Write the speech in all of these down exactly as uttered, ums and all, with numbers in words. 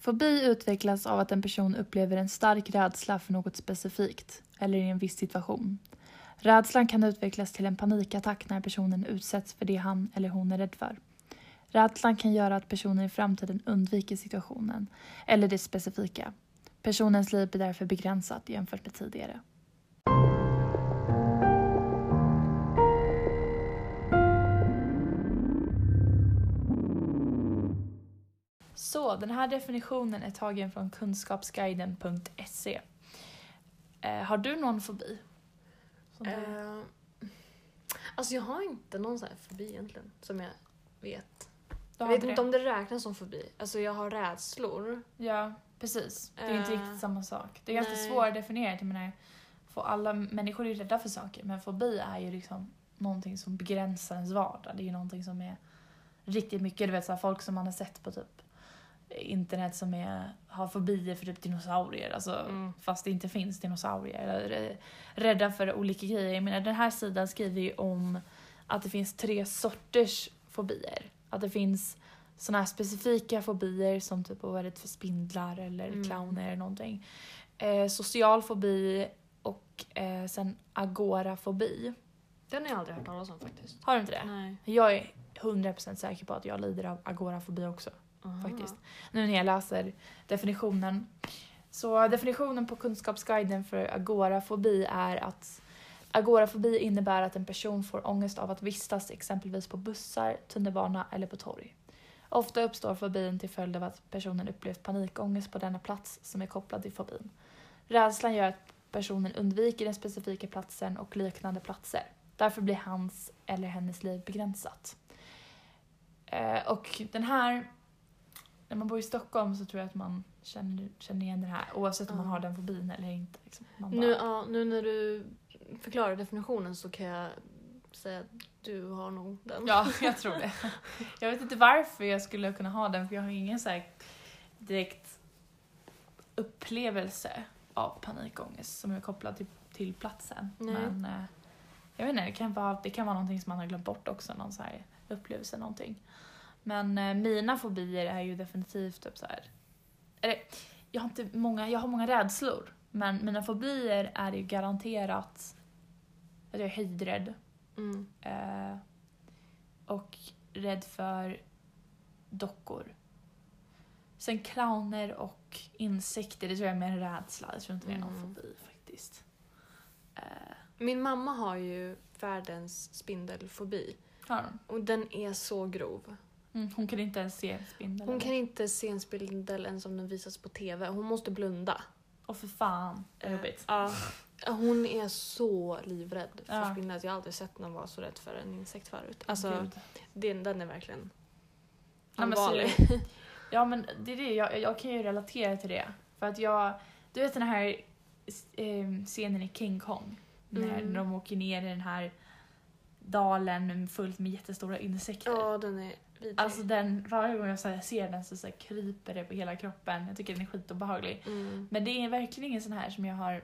Fobi utvecklas av att en person upplever en stark rädsla för något specifikt eller i en viss situation. Rädslan kan utvecklas till en panikattack när personen utsätts för det han eller hon är rädd för. Rädslan kan göra att personen i framtiden undviker situationen eller det specifika. Personens liv blir därför begränsat jämfört med tidigare. Så, den här definitionen är tagen från kunskapsguiden punkt se. Eh, har du någon fobi? Uh, alltså jag har inte någon sån här fobi egentligen, som jag vet. Jag vet inte om det räknas som fobi. Alltså jag har rädslor. Ja, precis. Det är uh, inte riktigt samma sak. Det är ganska nej. svårdefinierat. Jag menar, för alla människor är rädda för saker. Men fobi är ju liksom någonting som begränsar ens vardag. Det är ju någonting som är riktigt mycket. Du vet, så här, folk som man har sett på typ internet som är, har fobier för typ dinosaurier. Alltså, mm. Fast det inte finns dinosaurier. Eller rädda för olika grejer. Jag menar, den här sidan skriver ju om att det finns tre sorters fobier. Att det finns såna här specifika fobier som typ att vara rädd för spindlar eller mm. clowner eller någonting. Eh, social fobi och eh, sen agorafobi. Den har jag aldrig hört talas om faktiskt. Har du inte det? Nej. Jag är hundra procent säker på att jag lider av agorafobi också. Aha. Faktiskt. Nu när jag läser definitionen. Så definitionen på kunskapsguiden för agorafobi är att agorafobi innebär att en person får ångest av att vistas exempelvis på bussar, tunnelbana eller på torg. Ofta uppstår fobin till följd av att personen upplevt panikångest på denna plats som är kopplad till fobin. Rädslan gör att personen undviker den specifika platsen och liknande platser. Därför blir hans eller hennes liv begränsat. Eh, och den här, när man bor i Stockholm så tror jag att man känner, känner igen den här oavsett om man har den fobin eller inte. Liksom. Man bara... nu, ja, nu när du förklarar definitionen så kan jag säga att du har nog den. Ja, jag tror det. Jag vet inte varför jag skulle kunna ha den, för jag har ingen så här direkt upplevelse av panikångest som är kopplad till, till platsen. Nej. Men eh, jag vet inte, det kan, vara, det kan vara någonting som man har glömt bort också, någon så här upplevelse någonting. Men eh, mina fobier är ju definitivt typ så här, eller, jag har inte många, jag har många rädslor, men mina fobier är ju garanterat att jag är höjdrädd. Mm. Eh, och rädd för dockor. Sen clowner och insekter, det tror jag är mer rädsla. Jag tror inte det är någon Mm. fobi faktiskt. Eh, Min mamma har ju världens spindelfobi. har hon? Och den är så grov. Mm, hon kan inte ens se spindel. Hon eller? kan inte se en spindel ens om den visas på tv. Hon måste blunda. Åh för fan, vad jobbigt. Ja. Hon är så livrädd för Ja. spindlar. Jag har aldrig sett någon vara så rädd för en insekt förut. Alltså, Gud. den, den är verkligen Nej, men allvarlig. så- Ja, men det är det. Jag, jag kan ju relatera till det. För att jag... Du vet den här eh, scenen i King Kong. När Mm. de åker ner i den här dalen fullt med jättestora insekter. Ja, den är vidrig. Alltså den, varje gång jag så här ser den så, så här kryper det på hela kroppen. Jag tycker den är skitobehaglig. Mm. Men det är verkligen ingen sån här som jag har...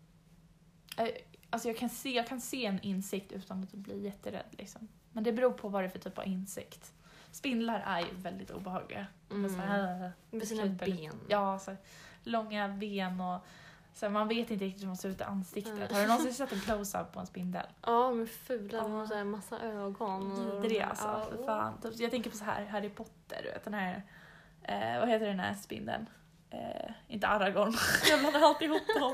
Eh, Alltså jag kan se, jag kan se en insekt utan att bli jätterädd liksom. Men det beror på vad det är för typ av insekt. Spindlar är ju väldigt obehagliga. Mm. Med, så här, Med sina kryper- ben. Ja, så här, långa ben och så här, man vet inte riktigt hur de ser ut i ansiktet. Mm. Har du någonsin sett en close-up på en spindel? Ja, med fula Ja. och så här massa ögon. och- Vidrig alltså, Ja, för fan. Typ, jag tänker på så här Harry Potter, du vet den här, eh, vad heter den här spindeln? Eh, inte Aragorn. Jag blandar alltid ihop dem.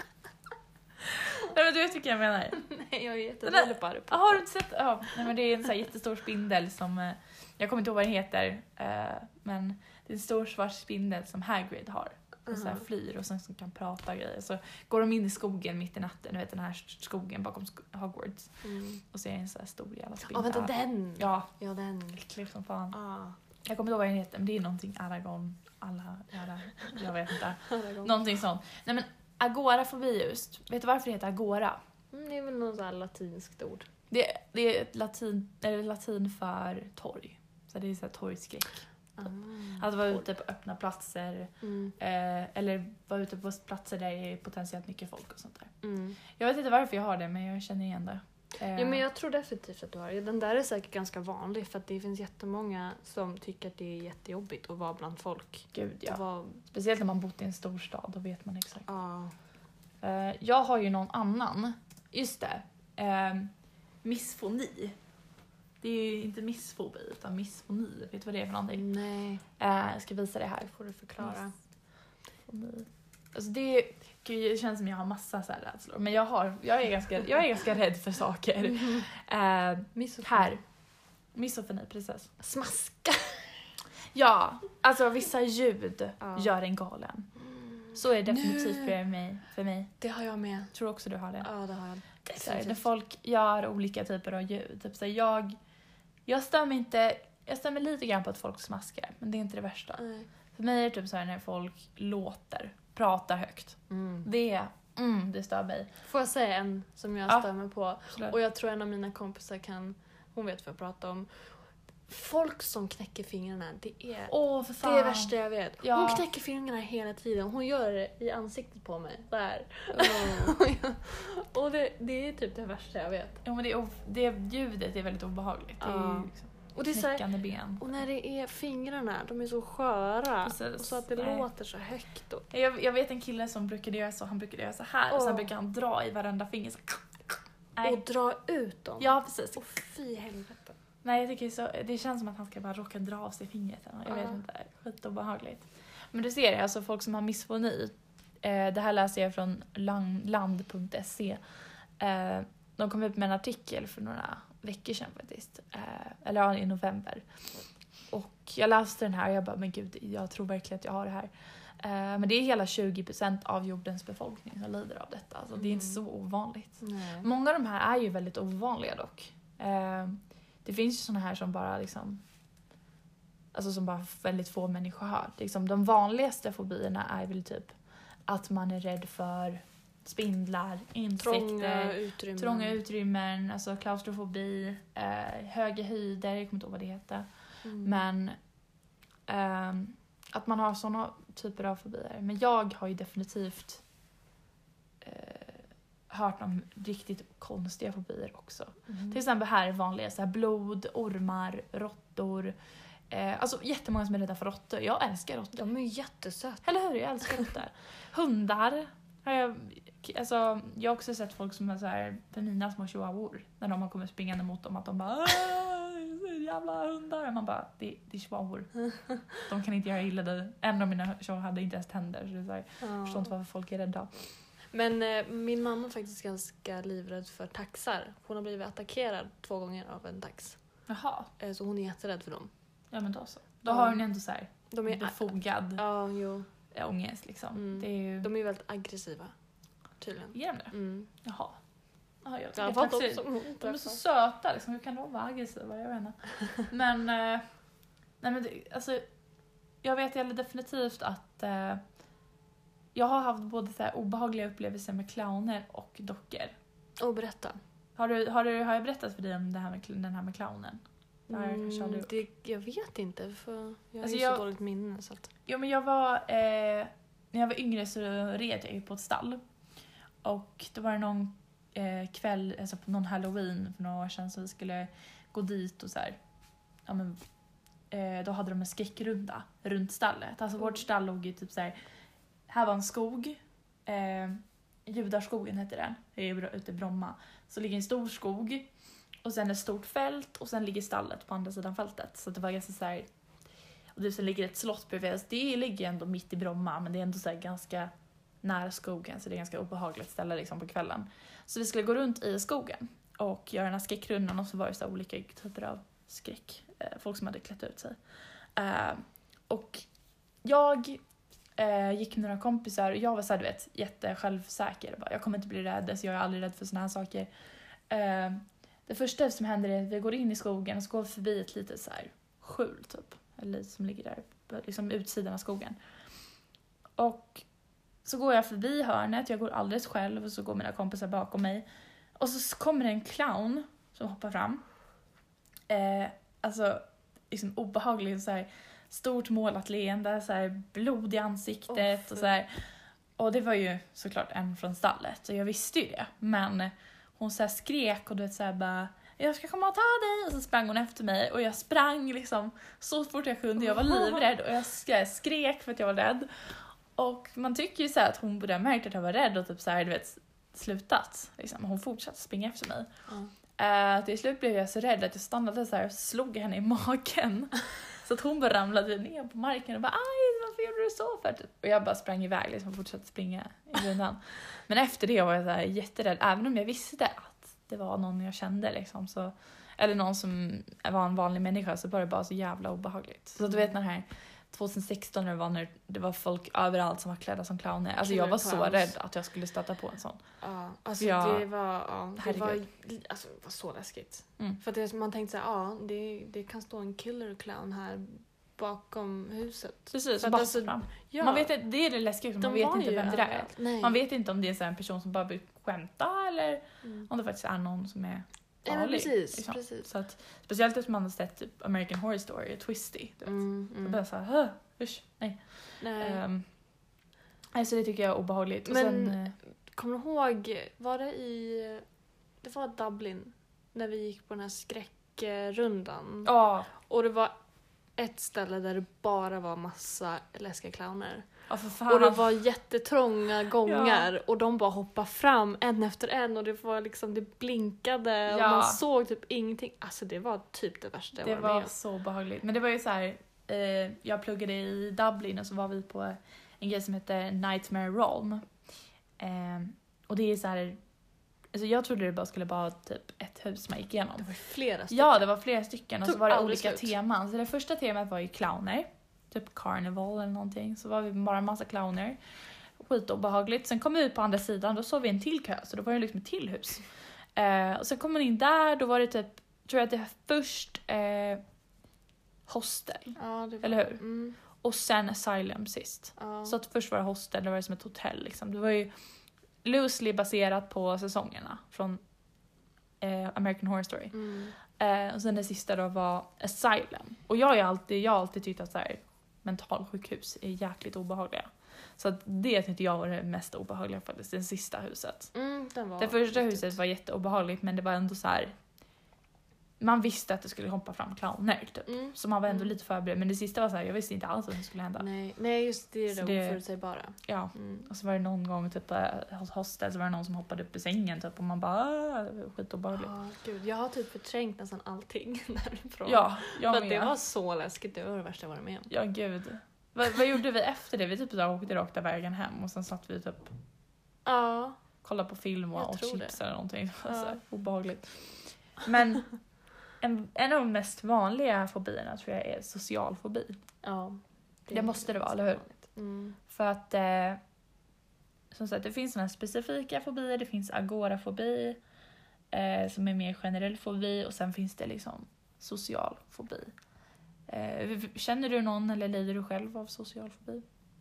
Nej men du vet vilka jag menar. Nej, jag är Den jättedålig på Harry Potter. Har du inte sett? Ja, nej, men det är en så här jättestor spindel som, eh, jag kommer inte ihåg vad den heter, eh, men det är en stor svart spindel som Hagrid har. Och så här Mhm. flyr och sen som kan prata och grejer. Så går de in i skogen mitt i natten, du vet den här skogen bakom sk- Hogwarts. Mm. Och så är det en så här stor jävla Ja, spindel. vänta, den! Ja, Ja, den. äckligt som fan. Ah. Jag kommer inte ihåg vad den heter, men det är någonting Aragorn, alla, alla, jag vet inte. Någon... Någonting sånt. Nej men agorafobi just. Vet du varför det heter agora? Mm, det är väl något så här latinskt ord. Det, det är ett latin, eller latin för torg. Så det är så här torgskräck. Ah. Att vara ute på öppna platser. Mm. Eh, eller vara ute på platser där det är potentiellt mycket folk och sånt där. Mm. Jag vet inte varför jag har det, men jag känner igen det. Ja, men jag tror definitivt att du har. Den där är säkert ganska vanlig för att det finns jättemånga som tycker att det är jättejobbigt att vara bland folk. Gud, ja. Vara... Speciellt när man bott i en stor stad, då vet man exakt. Ja. Uh, jag har ju någon annan. Just det. Uh, missfoni. Det är ju inte missfobi utan missfoni. Vet du vad det är för någonting? Nej. Uh, jag ska visa det här. Får du förklara. Missfoni. Alltså det, gud, det känns som jag har massa så här rädslor. Men jag, har, jag, är ganska, jag är ganska rädd för saker. Uh, Misofoni. Här. Misofoni, precis. Smaska. Ja, alltså vissa ljud Ja. gör en galen. Så är det definitivt för mig, för mig. Det har jag med. Tror också du har det. Ja, det har jag. Så här, när folk gör olika typer av ljud. Typ så här, jag, jag stämmer inte, jag stämmer lite grann på att folk smaskar. Men det är inte det värsta. Nej. För mig är det typ så här när folk låter, pratar högt. Mm. Det, mm, det stör mig. Får jag säga en som jag Ja. stämmer på? Absolut. Och jag tror en av mina kompisar kan, hon vet vad jag pratar om. Folk som knäcker fingrarna, det är Åh, för det fan. är det värsta jag vet. Ja. Hon knäcker fingrarna hela tiden. Hon gör det i ansiktet på mig. Där. Och det, det är typ det värsta jag vet. Ja, men det, är, det ljudet är väldigt obehagligt. Det är Ja. ju liksom Och det är så här, knäckande ben. och när det är fingrarna, de är så sköra. Precis. Och så att det Nej. låter så högt. Och... Jag, jag vet en kille som brukade göra så. Han brukade göra så här. Och sen Åh. brukar han dra i varenda finger. Så. Nej. och dra ut dem. Ja, precis. Och fy helvete. Nej, jag tycker så, det känns som att han ska bara råka dra av sig fingret. Jag vet Ja. inte, skitobehagligt. Men du ser det, alltså folk som har missfoni. Eh, det här läser jag från land punkt se. Eh, de kom ut med en artikel för några veckor sedan faktiskt. Eh, eller ja, i november. Och jag läste den här och jag bara, men gud, jag tror verkligen att jag har det här. Eh, men det är hela tjugo procent av jordens befolkning som lider av detta. Alltså, det är inte så ovanligt. Nej. Många av de här är ju väldigt ovanliga dock. Eh, det finns ju såna här som bara liksom, alltså som bara väldigt få människor har. Liksom, de vanligaste fobierna är väl typ att man är rädd för spindlar, insekter, Trånga utrymmen. trånga utrymmen, alltså klaustrofobi, eh, höga höjder, jag kommer inte ihåg vad det heter. Mm. Men ehm, att man har såna typer av fobier. Men jag har ju definitivt eh, hört om riktigt konstiga fobier också. Mm. Till exempel här är vanliga så här blod, ormar, råttor. Eh, alltså jättemånga som är rädda för råttor. Jag älskar råttor. De är ju jättesöta. Eller hur? Jag älskar råttor. Hundar. Har jag, alltså, jag har också sett folk som är så här, för mina små chihuahuor. När de har kommit springande mot dem. Att de bara, "Åh, jävla hundar. Man bara, det, det är chihuahuor. De kan inte göra illa dig. En av mina chihuahuor hade inte ens tänder. Så det är så här, jag förstår inte varför folk är rädda. Men eh, min mamma är faktiskt ganska livrädd för taxar. Hon har blivit attackerad två gånger av en tax. Jaha. Eh, så hon är jätterädd för dem. Ja, men då så. Då Ja. har hon ändå så här De är, befogad ja, jo. ångest liksom. Mm. Det är ju... De är väldigt aggressiva. Tydligen. Ger de det? Mm. Jaha. Jaha, jag Jag har jag fått faktiskt- dem som hon De är så träffar. söta liksom. Hur kan de vara aggressiva? Jag vet inte. Men, eh, nej men det, alltså, jag vet jag definitivt att eh, jag har haft både så här obehagliga upplevelser med clowner och dockor. Och berätta. Har, du, har, du, har jag berättat för dig om det här med, den här med clownen? Det har jag kanske aldrig gjort. Mm, det, jag vet inte, för jag har Alltså ju jag- så dåligt minne. Så att... Jo, men jag var, eh, när jag var yngre så red jag ju på ett stall. Och då var det någon eh, kväll, alltså på någon halloween för några år sedan, så vi skulle gå dit och så här, ja men, eh, då hade de en skräckrunda runt stallet. Alltså vårt stall låg ju typ så här, här var en skog, eh, Judarskogen heter den, det är ute i Bromma. Så ligger en stor skog och sen ett stort fält och sen ligger stallet på andra sidan fältet. Så det var ganska så här. Och det sen ligger ett slott bredvid. Alltså, det ligger ändå mitt i Bromma, men det är ändå så här ganska nära skogen, så det är ganska obehagligt ställe liksom på kvällen. Så vi skulle gå runt i skogen och göra den här skräckrundan, och så var det så här olika typer av skräck. Eh, folk som hade klätt ut sig. Eh, och jag eh, gick med några kompisar och jag var så här, du vet, jättesjälvsäker. Bara, jag kommer inte bli rädd, så jag är aldrig rädd för såna här saker. Eh, det första som händer är att vi går in i skogen och så går vi förbi ett litet så här skjul typ. Eller som ligger där på liksom utsidan av skogen. Och så går jag förbi hörnet, jag går alldeles själv och så går mina kompisar bakom mig. Och så kommer det en clown som hoppar fram. Eh, alltså liksom obehagligt så här stort målat leende, så här blod i ansiktet Oh, och så här. Och det var ju såklart en från stallet, så jag visste ju det. Men hon så här skrek och du vet så här bara, jag ska komma och ta dig, och så sprang hon efter mig och jag sprang liksom så fort jag kunde, jag var livrädd och jag skrek för att jag var rädd. Och man tycker ju så här att hon borde ha märkt att jag var rädd och typ så här, du vet, slutat liksom. Hon fortsatte springa efter mig. Mm. Uh, till slut blev jag så rädd att jag stannade så här och slog henne i magen. Så att hon bara ramlade ner på marken och bara, aj, varför gjorde du så för? Och jag bara sprang iväg liksom, och fortsatte springa i rundan. Men efter det var jag så här jätterädd, även om jag visste att det var någon jag kände liksom, så, eller någon som var en vanlig människa, så var det bara så jävla obehagligt. Så du vet den här tjugohundrasexton när det var när det var folk överallt som var klädda som clowner. Alltså jag var så rädd att jag skulle stöta på en sån. Ja, alltså jag, det var ja, det var, alltså, det var så läskigt. Mm. För att det, man tänkte så här, ja, det, det kan stå en killer clown här bakom huset. Precis, för bara alltså, fram. Ja. Man vet inte, det är det läskiga, man vet inte vem det är. Nej. Man vet inte om det är så här en person som bara vill skämta eller mm. om det faktiskt är någon som är ja, men precis, liksom. precis. Så att, speciellt eftersom man har sett typ American Horror Story och Twisty. Du vet. Mm, mm. Så bara så här, usch, nej. nej. Um, alltså det tycker jag är obehagligt. Men och sen, kommer du ihåg, var det i, det var Dublin, när vi gick på den här skräckrundan. Ja. Och det var ett ställe där det bara var massa läskiga clowner. Ja, för fan. Och det var jättetrånga gångar ja. Och de bara hoppade fram en efter en och det var liksom, det blinkade ja. Och man såg typ ingenting. Alltså det var typ det värsta jag det var med. Det var med. så behagligt. Men det var ju så här, eh, jag pluggade i Dublin och så var vi på en grej som heter Nightmare Realm. Eh, och det är så här, alltså jag trodde det bara skulle vara typ ett hus man gick igenom. Det var flera stycken. Ja, det var flera stycken och så var det olika slut. teman. Så det första temat var ju clowner. Typ carnival eller någonting. Så var vi bara en massa clowner. Skitobehagligt. Sen kom vi ut på andra sidan. Då såg vi en till kö. Så då var det liksom ett till hus. Eh, och sen kom man in där. Då var det typ, tror jag att det var först eh, hostel. Ja, det var, eller hur? Mm. Och sen asylum sist. Ja. Så att först var det hostel. Det var det som ett hotell liksom. Det var ju loosely baserat på säsongerna. Från eh, American Horror Story. Mm. Eh, och sen det sista då var asylum. Och jag har alltid, jag har alltid tyckt att så här, mentalsjukhus är jäkligt obehagliga. Så att det tyckte jag var det mest obehagliga faktiskt, det sista huset. Mm, den var det första riktigt. huset var jätteobehagligt, men det var ändå så här. Man visste att det skulle hoppa fram clowner typ. Mm. Så man var ändå mm. lite förberedd. Men det sista var så här, jag visste inte alls vad som skulle hända. Nej, nej just det, det, det oförutsägbara. Ja, mm. och så var det någon gång typ hos hostel så var det någon som hoppade upp i sängen typ. Och man bara, skitobehagligt. Oh, gud, jag har typ förträngt nästan allting därifrån. Ja, jag För med. att det var så läskigt, det var det värsta jag varit med om. Ja, gud. vad, vad gjorde vi efter det? Vi typ så åkte rakt vägen hem och sen satt vi typ ja. kollade på film och åt chips det. eller någonting. Ja. Alltså, obehagligt. Men en, en av de mest vanliga fobierna tror jag är social fobi. Ja. Det, det måste det vara, eller hur? Mm. För att eh, som sagt, det finns såna specifika fobier, det finns agorafobi eh, som är mer generell fobi och sen finns det liksom social fobi. Eh, känner du någon eller lider du själv av social fobi?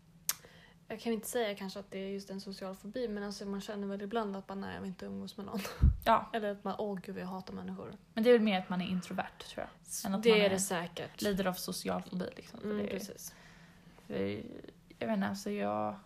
Jag kan inte säga kanske att det är just en social fobi, men alltså man känner väl ibland att man nej, jag vill inte umgås med någon. Ja. Eller att man, åh gud jag hatar människor. Men det är väl mer att man är introvert tror jag. Än att det man är är, det säkert. Lider av social fobi liksom. Mm, det är, precis. För, jag vet inte, alltså jag...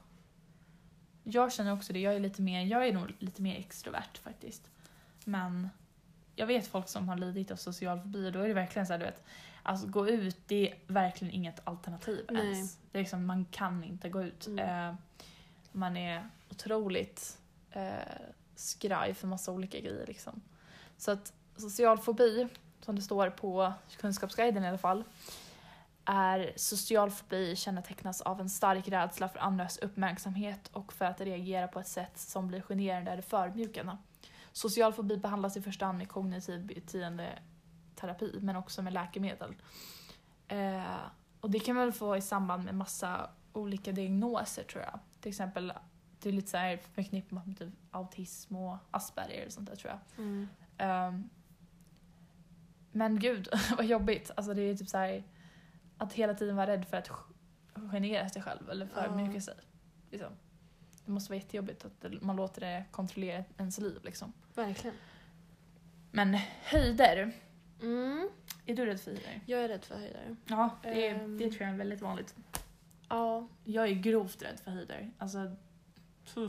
Jag känner också det, jag är lite mer, jag är nog lite mer extrovert faktiskt. Men jag vet folk som har lidit av social fobi och då är det verkligen så här, du vet, alltså gå ut, det är verkligen inget alternativ Nej. ens. Det är liksom, man kan inte gå ut. Mm. Eh, man är otroligt eh, skraj för massa olika grejer liksom. Så att social fobi, som det står på Kunskapsguiden i alla fall, är social fobi kännetecknas av en stark rädsla för andras uppmärksamhet och för att reagera på ett sätt som blir generande eller förödmjukande. Social fobi behandlas i första hand med kognitiv beteendeterapi men också med läkemedel. Eh, och det kan man väl få i samband med massa olika diagnoser tror jag. Till exempel, det är lite så här förknippat med typ autism och Asperger och sånt där tror jag. Mm. Um, men gud, vad jobbigt. Alltså det är typ så här att hela tiden vara rädd för att genera sig själv eller förödmjuka uh. sig. Liksom. Det måste vara jättejobbigt att man låter det kontrollera ens liv liksom. Verkligen. Men höjder. Mm. Är du rädd för höjder? Jag är rädd för höjder. Ja, det, är, um. det tror jag är väldigt vanligt. Ja. Jag är grovt rädd för höjder. Alltså, puff.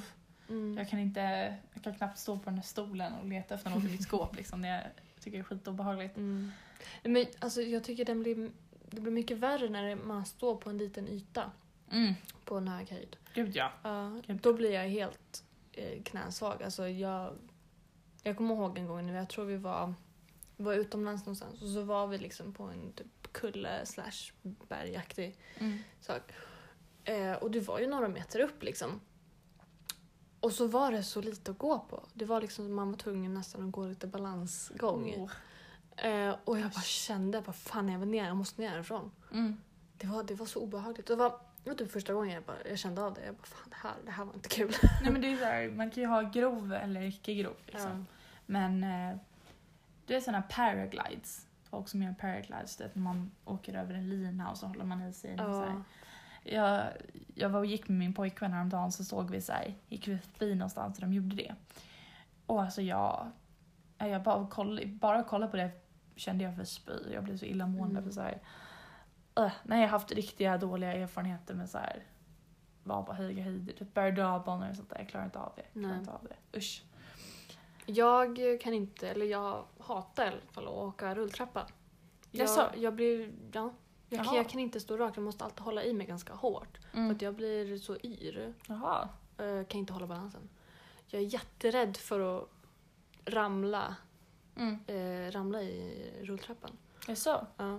Mm. Jag kan inte, jag kan knappt stå på den här stolen och leta efter något i mitt skåp liksom. Jag tycker det är skitobehagligt. Mm. Men alltså jag tycker den blir, det blir mycket värre när man står på en liten yta. Mm. På en hög höjd. Gud ja. Uh, Gud. Då blir jag helt eh, knäsvag. Alltså jag, jag kommer ihåg en gång när jag tror vi var, vi var utomlands någonstans och så var vi liksom på en typ kulle slash bergaktig mm. sak. Eh, och det var ju några meter upp liksom. Och så var det så lite att gå på. Det var liksom, man var tvungen nästan att gå lite balansgång. Oh. Eh, och jag bara kände, vad fan jag var ner, jag måste ner härifrån. Mm. Det, var, det var så obehagligt. Det var, det var typ första gången jag, bara, jag kände av det. Jag bara, fan det här, det här var inte kul. Nej men det är så här, man kan ju ha grov eller icke grov liksom. Ja. Men eh, det är sådana paraglides. Folk som gör paraglides, det är att man åker över en lina och så håller man i sig. Ja. Så här. Jag, jag var och gick med min pojkvän häromdagen så såg vi så här, gick vi förbi någonstans och de gjorde det. Och alltså jag, jag bara kollade, bara kollade på det kände jag för spy. Jag blev så illamående mm. för så här. Uh, när jag har haft riktiga dåliga erfarenheter med så här, var på höga höjder, typ berg-och-dalbanor och sånt där. Jag klarar inte av det. Jag klarar inte av det. Usch. Jag kan inte, eller jag hatar i alla fall att åka rulltrappa. Jag, jag, jag blir, ja. Jag kan, jag kan inte stå rakt, jag måste alltid hålla i mig ganska hårt. Mm. För att jag blir så yr. Jaha. Jag kan inte hålla balansen. Jag är jätterädd för att ramla. Mm. Eh, ramla i rulltrappan. Är det så? Ja.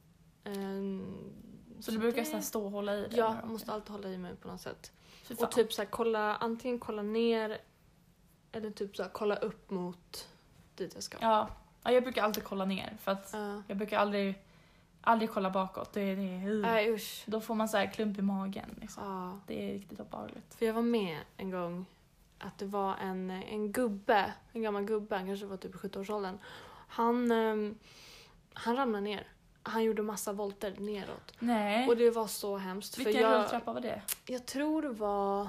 Um, så, så du brukar det... stå och hålla i dig? Ja, jag måste alltid hålla i mig på något sätt. Och typ så här, kolla, antingen kolla ner eller typ så här, kolla upp mot dit jag ska. Ja, ja jag brukar alltid kolla ner. För att uh. jag brukar aldrig... Aldrig kolla bakåt. Det är, det är, Nej, usch. Då får man så här klump i magen. Liksom. Ja. Det är riktigt obehagligt. För jag var med en gång att det var en, en gubbe, en gammal gubbe, han kanske var typ sjutton-årsåldern. Han, um, han ramlade ner. Han gjorde massa volter neråt. Nej. Och det var så hemskt. Vilken för jag, rulltrappa var det? Jag tror det var...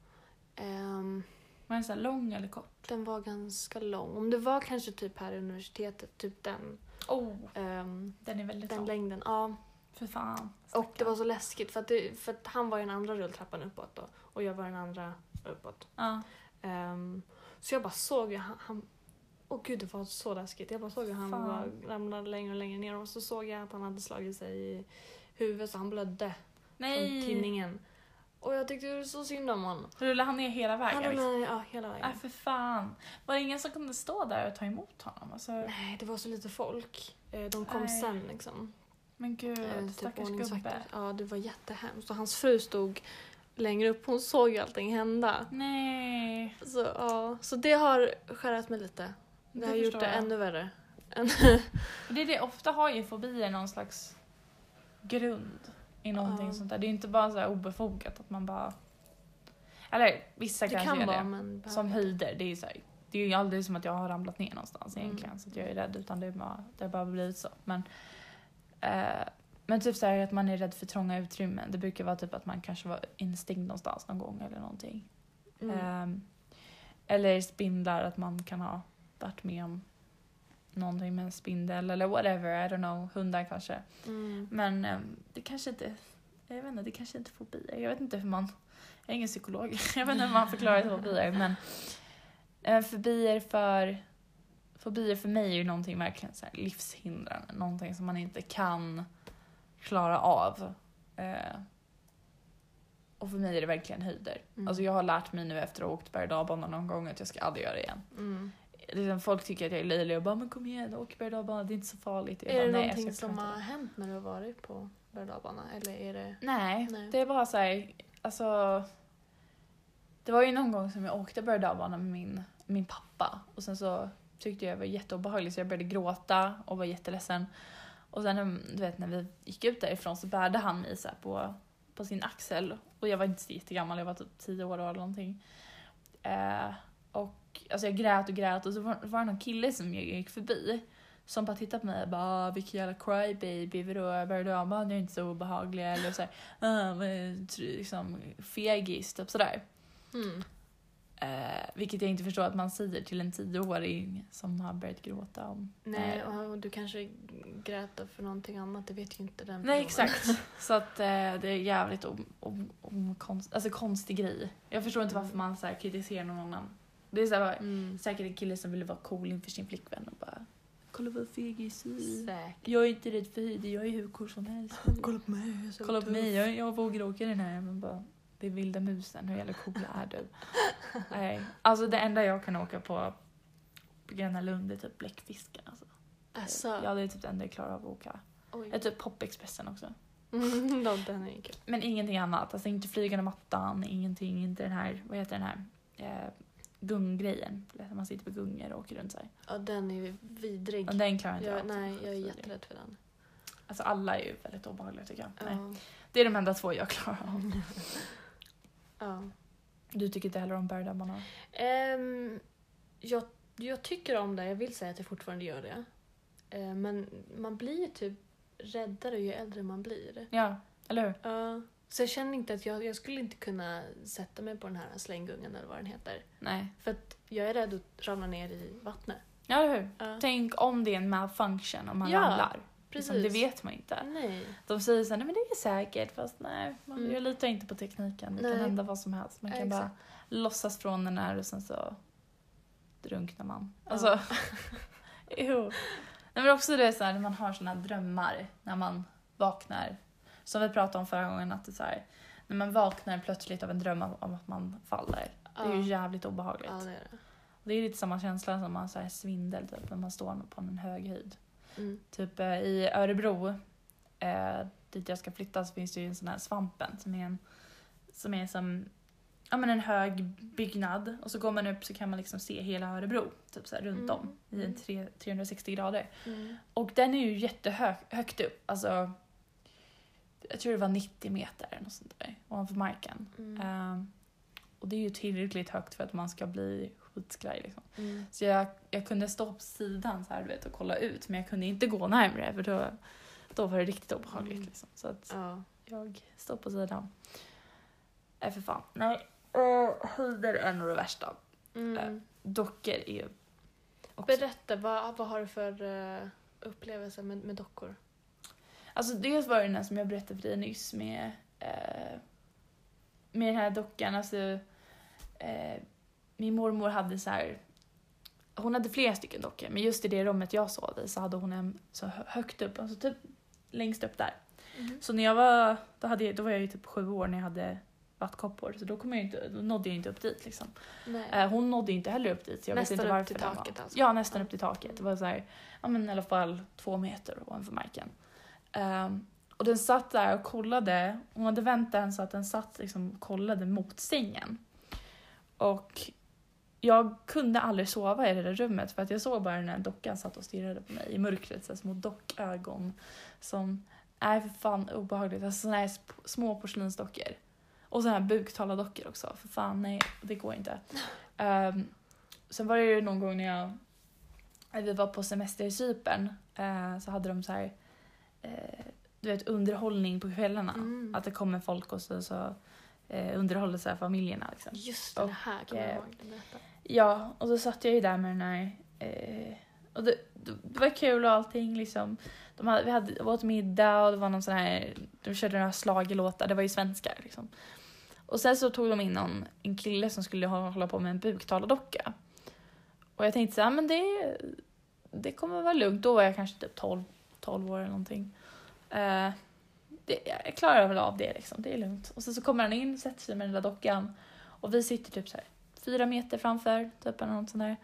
Um, var den så här lång eller kort? Den var ganska lång. Om det var kanske typ här i universitetet, typ den... Oh, um, den är väldigt den lång. längden, ja. För fan. Stackar. Och det var så läskigt för att, det, för att han var den andra rulltrappan uppåt då. Och jag var den andra uppåt. Ja. Um, så jag bara såg hur han... han åh gud, det var så läskigt. Jag bara såg hur han var, ramlade längre och längre ner. Och så såg jag att han hade slagit sig i huvudet så han blödde. Nej. Från tinningen. Och jag tyckte det var så synd om honom. Rullade han ner hela vägen? Han rullade ner, ja, hela vägen. Nej, för fan. Var det ingen som kunde stå där och ta emot honom? Alltså... Nej, det var så lite folk. De kom Nej. sen liksom. Men gud, äh, stackars typ gubbe. Ja, det var jättehemskt. Och hans fru stod längre upp. Hon såg ju allting hända. Nej. Så, ja. så det har skärat mig lite. Det, det har gjort det jag. ännu värre. det är det, ofta har ju fobier någon slags grund i någonting ja. sånt där. Det är inte bara så här obefogat att man bara... Eller vissa det kanske kan gör vara, det. Men som höjder. Det är ju så här, det är ju aldrig som att jag har ramlat ner någonstans mm. egentligen. Så att jag är rädd. Utan det är bara, det har bara blivit så. Men, eh, men typ så här att man är rädd för trånga utrymmen. Det brukar vara typ att man kanske var instängd någonstans någon gång eller någonting. Mm. Eh, eller spindlar. Att man kan ha varit med om någonting med en spindel eller whatever, I don't know, hundar kanske. Mm. Men um, det kanske inte, jag vet inte, det kanske inte är fobier. Jag vet inte hur man, jag är ingen psykolog, jag vet inte hur man förklarar fobier, men uh, fobier för, fobier för mig är ju någonting verkligen så här livshindrande, någonting som man inte kan klara av. Uh, och för mig är det verkligen höjder. Mm. Alltså jag har lärt mig nu efter att ha åkt berg-och-dalbana någon gång att jag ska aldrig göra det igen. Mm. Liksom folk tycker att jag är löjlig och bara, men kom igen, åk berg-och-dalbana, det är inte så farligt. Jag är bara, det nej, någonting som har hänt när du har varit på berg-och-dalbana? Eller är det... Nej, nej, det är bara så här, alltså... Det var ju någon gång som jag åkte berg-och-dalbana med min, min pappa. Och sen så tyckte jag det var jätteobehagligt så jag började gråta och var jätteledsen. Och sen, du vet, när vi gick ut därifrån så bärde han mig så här på, på sin axel. Och jag var inte så jättegammal, jag var typ tio år eller någonting. Eh, och alltså jag grät och grät och så var, var det någon kille som jag gick förbi som bara tittade på mig och bara, vilken jävla crybaby, vadå, berg-och-dalbana, jag är inte så obehaglig eller så här, ah, men, liksom fegis, typ sådär. Mm. Eh, vilket jag inte förstår att man säger till en tioåring som har börjat gråta om. Nej, eh, och du kanske grät för någonting annat, det vet ju inte den Nej, personen. exakt. Så att eh, det är jävligt om, om, om konst, alltså konstig grej. Jag förstår inte varför man så här kritiserar någon annan. Det är så här, Mm. säkert en kille som ville vara cool inför sin flickvän och bara kolla vad fegis är. Säkert. Jag är inte rädd för höjder, jag är hur cool som helst. Kolla på mig. jag är så Kolla på tuff. mig, jag, jag vågar åka den här. Men bara, det är vilda musen, hur jävla cool är du? Nej. Alltså det enda jag kan åka på på Gröna Lund är typ bläckfisken. Alltså. Alltså, Ja, det är typ det enda jag klarar av att åka. oj. Jag är typ Popexpressen också. Mm, ja, den är ju kul. Men ingenting annat. Alltså inte flygande mattan, ingenting, inte den här, vad heter den här, eh, gunggrejen. Man sitter på gungor och åker runt så här. Ja, den är ju vidrig. Och den klarar inte jag, av. nej, jag är jätterädd för den. Alltså alla är ju väldigt obehagliga tycker jag. Nej. Ja. Det är de enda två jag klarar av. Ja. Du tycker inte heller om bergdammarna? Ehm, jag, jag tycker om det, jag vill säga att jag fortfarande gör det. Ehm, men man blir ju typ räddare ju äldre man blir. Ja, eller hur? Ja. Så jag känner inte att jag, jag skulle inte kunna sätta mig på den här slänggungan eller vad den heter. Nej. För att jag är rädd att ramla ner i vattnet. Ja, eller hur? Ja. Tänk om det är en malfunction om man Ja, ramlar. Precis. Liksom, det vet man inte. Nej. De säger så här, nej men det är säkert. Fast nej, man, Mm. jag litar inte på tekniken. Det Nej. kan hända vad som helst. Man kan Exakt. bara låtsas från den här och sen så drunknar man. Ja. Alltså, jo. Nej, men också det är så här, när man har såna drömmar när man vaknar. Som vi pratade om förra gången, att det är så här, när man vaknar plötsligt av en dröm om om att man faller. Det är ju jävligt obehagligt. Ja, det är det. Det är lite samma känsla som man så här svindel typ, när man står på en hög höjd. Mm. Typ eh, i Örebro, eh, dit jag ska flytta, så finns det ju en sån här Svampen som är en som är som ja, men en hög byggnad. Och så går man upp så kan man liksom se hela Örebro typ så här, runt Mm. om i en tre, trehundrasextio grader. Mm. Och den är ju jättehögt upp. Alltså, jag tror det var nittio meter eller något sånt där, ovanför marken. Mm. Um, och det är ju tillräckligt högt för att man ska bli skitskraj liksom. Mm. Så jag, jag kunde stå på sidan så här, du vet, och kolla ut, men jag kunde inte gå närmare för då, då var det riktigt obehagligt. Mm. Liksom. Så att Ja. jag står på sidan. Nej, för fan. Nej, uh, höjder är nog det värsta. Mm. Dockor är ju också... Berätta, vad, vad har du för uh, upplevelser med, med dockor? Alltså dels var det den här som jag berättade för dig nyss med, eh, med den här dockan. Alltså, eh, min mormor hade så här, hon hade flera stycken dockor, men just i det rummet jag sov i så hade hon en så hö- högt upp, alltså typ längst upp där. Mm. Så när jag var, då, hade jag, då var jag ju typ sju år när jag hade vattkoppor, så då, kom jag inte, då nådde jag inte upp dit liksom. Nej. Eh, hon nådde inte heller upp dit, så jag Nästan vet inte upp varför till den taket var. alltså? Ja, nästan Ja. upp till taket. Det var så här, ja men i alla fall två meter ovanför marken. Um, och den satt där och kollade. Hon hade vänt den så att den satt liksom och kollade mot sängen. Och jag kunde aldrig sova i det där rummet för att jag såg bara den här dockan satt och stirrade på mig i mörkret. Så här små dockögon som är för fan obehagligt. Alltså såna här sp- små porslinsdockor. Och såna här buktalardockor också. För fan, nej, det går inte. Um, sen var det ju någon gång när jag när vi var på semester i Cypern, uh, så hade de så här uh, du vet, underhållning på kvällarna. Mm. Att det kommer folk och så, så uh, underhåller så här familjerna. Liksom. Just det, Och, det här kommer jag eh, ihåg. Det berätta. Ja, och så satt jag ju där med den här... Eh, och det, det var kul och allting liksom. De hade, vi hade åt middag och det var någon sån här... De körde några schlagerlåtar, det var ju svenskar liksom. Och sen så tog de in någon, en kille som skulle hålla på med en buktalardocka. Och jag tänkte så här, men det, det kommer vara lugnt. Då var jag kanske typ tolv, tolv år eller någonting. Eh, det, jag klarar väl av det liksom, det är lugnt. Och sen så kommer han in, sätter sig med den där dockan. Och vi sitter typ så här fyra meter framför, typ eller något sånt där.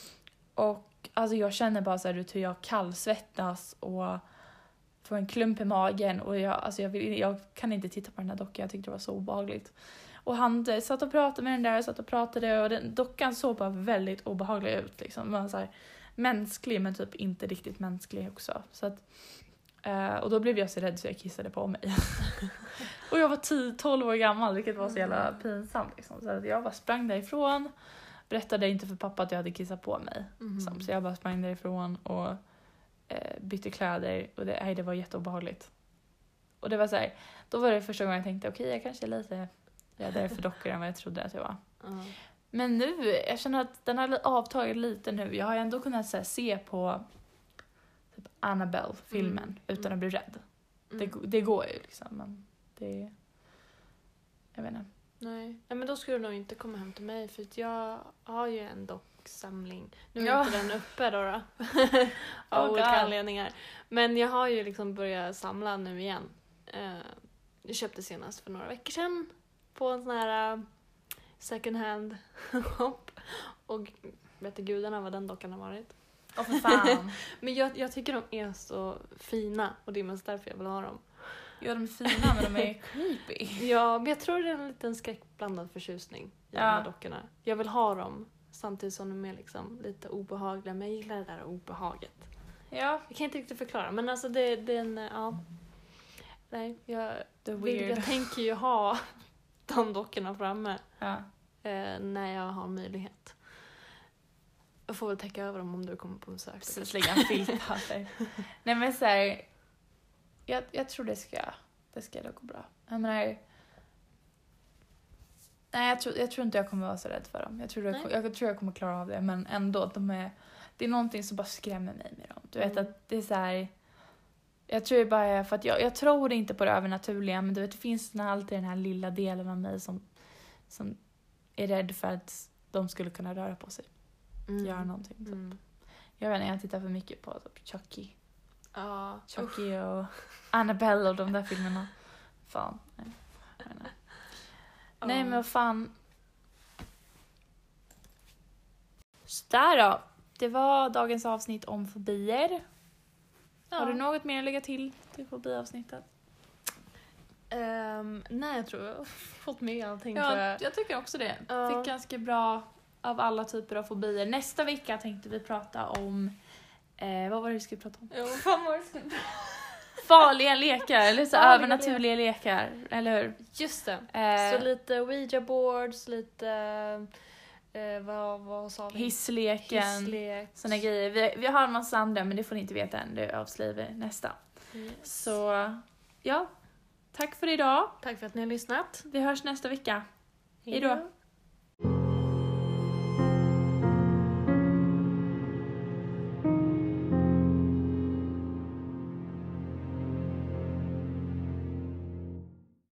Och alltså jag känner bara så här ut hur jag kallsvettas och får en klump i magen. Och jag, alltså jag, vill, jag kan inte titta på den här dockan, jag tyckte det var så obehagligt. Och han eh, satt och pratade med den där, satt och pratade och den dockan såg bara väldigt obehaglig ut. Liksom. Man var så här, mänsklig men typ inte riktigt mänsklig också. Så att, eh, och då blev jag så rädd så jag kissade på mig. Och jag var tio tolv år gammal, vilket var så jävla pinsamt. Liksom. Så att jag bara sprang därifrån. Berättade inte för pappa att jag hade kissat på mig. Mm. Liksom. Så jag bara sprang därifrån och eh, bytte kläder. Och det, nej, det var jätteobehagligt. Och det var så här, då var det första gången jag tänkte, okej, okay, jag kanske är lite räddare för dockor än vad jag trodde att jag var. Ja. Men nu, jag känner att den har avtagit lite nu. Jag har ändå kunnat så här, se på typ Annabelle-filmen Mm. utan Mm. att bli rädd. Mm. Det, det går ju liksom, men det... Jag vet inte. Nej. Nej, men då skulle du nog inte komma hem till mig för att jag har ju en docksamling. Nu är Ja. inte den uppe då, då. av Oh, olika God. anledningar. Men jag har ju liksom börjat samla nu igen. Uh, jag köpte senast för några veckor sedan på en sån här uh, second hand shop. Och vet du gudarna vad den dockan har varit. Åh för fan. Men jag, jag tycker de är så fina och det är mest därför jag vill ha dem. Ja, de är fina men de är creepy. Ja, men jag tror det är en liten skräckblandad förtjusning i Ja. de här dockorna. Jag vill ha dem samtidigt som de är liksom lite obehagliga, men jag gillar det där obehaget. Ja. Jag kan inte riktigt förklara, men alltså det, det är en, ja. Nej, jag, The vill, weird. jag tänker ju ha de dockorna framme Ja. eh, när jag har möjlighet. Jag får väl täcka över dem om du kommer på besök. Precis, lägga en filt över. Nej men så här, jag, jag tror det ska, det ska nog gå bra. Jag menar, nej jag tror, jag tror inte jag kommer vara så rädd för dem. Jag tror jag, Nej. jag tror jag kommer klara av det, men ändå, de är, det är någonting som bara skrämmer mig med dem. Du vet Mm. att det är så här, jag tror det bara är för att jag, jag tror inte på det övernaturliga, men du vet det finns den här, alltid den här lilla delen av mig som, som är rädd för att de skulle kunna röra på sig. Mm. Göra någonting. Typ. Mm. Jag vet inte, jag tittar för mycket på typ Chucky. Ja, usch. Chucky och Annabelle och de där filmerna. Fan. Nej, jag vet inte. Ja. Nej men vad fan. Så där då. Det var dagens avsnitt om fobier. Ja. Har du något mer att lägga till till fobiavsnittet? Ehm, nej, jag tror jag har fått med allting. tror Ja, jag. jag tycker också det. Ja. Fick ganska bra av alla typer av fobier. Nästa vecka tänkte vi prata om... Eh, vad var det vi skulle prata om? Jo, fan vad det skulle- Farliga lekar, eller så Farliga övernaturliga lekar, eller hur? Just det. Eh, Så lite Ouija boards, lite... Eh, vad, vad sa vi? hissleken, Hisslek. såna grejer. Vi, vi har en massa andra, men det får ni inte veta än. Det avslöjar vi nästa. Yes. Så, ja. Tack för idag. Tack för att ni har lyssnat. Vi hörs nästa vecka. Hej då.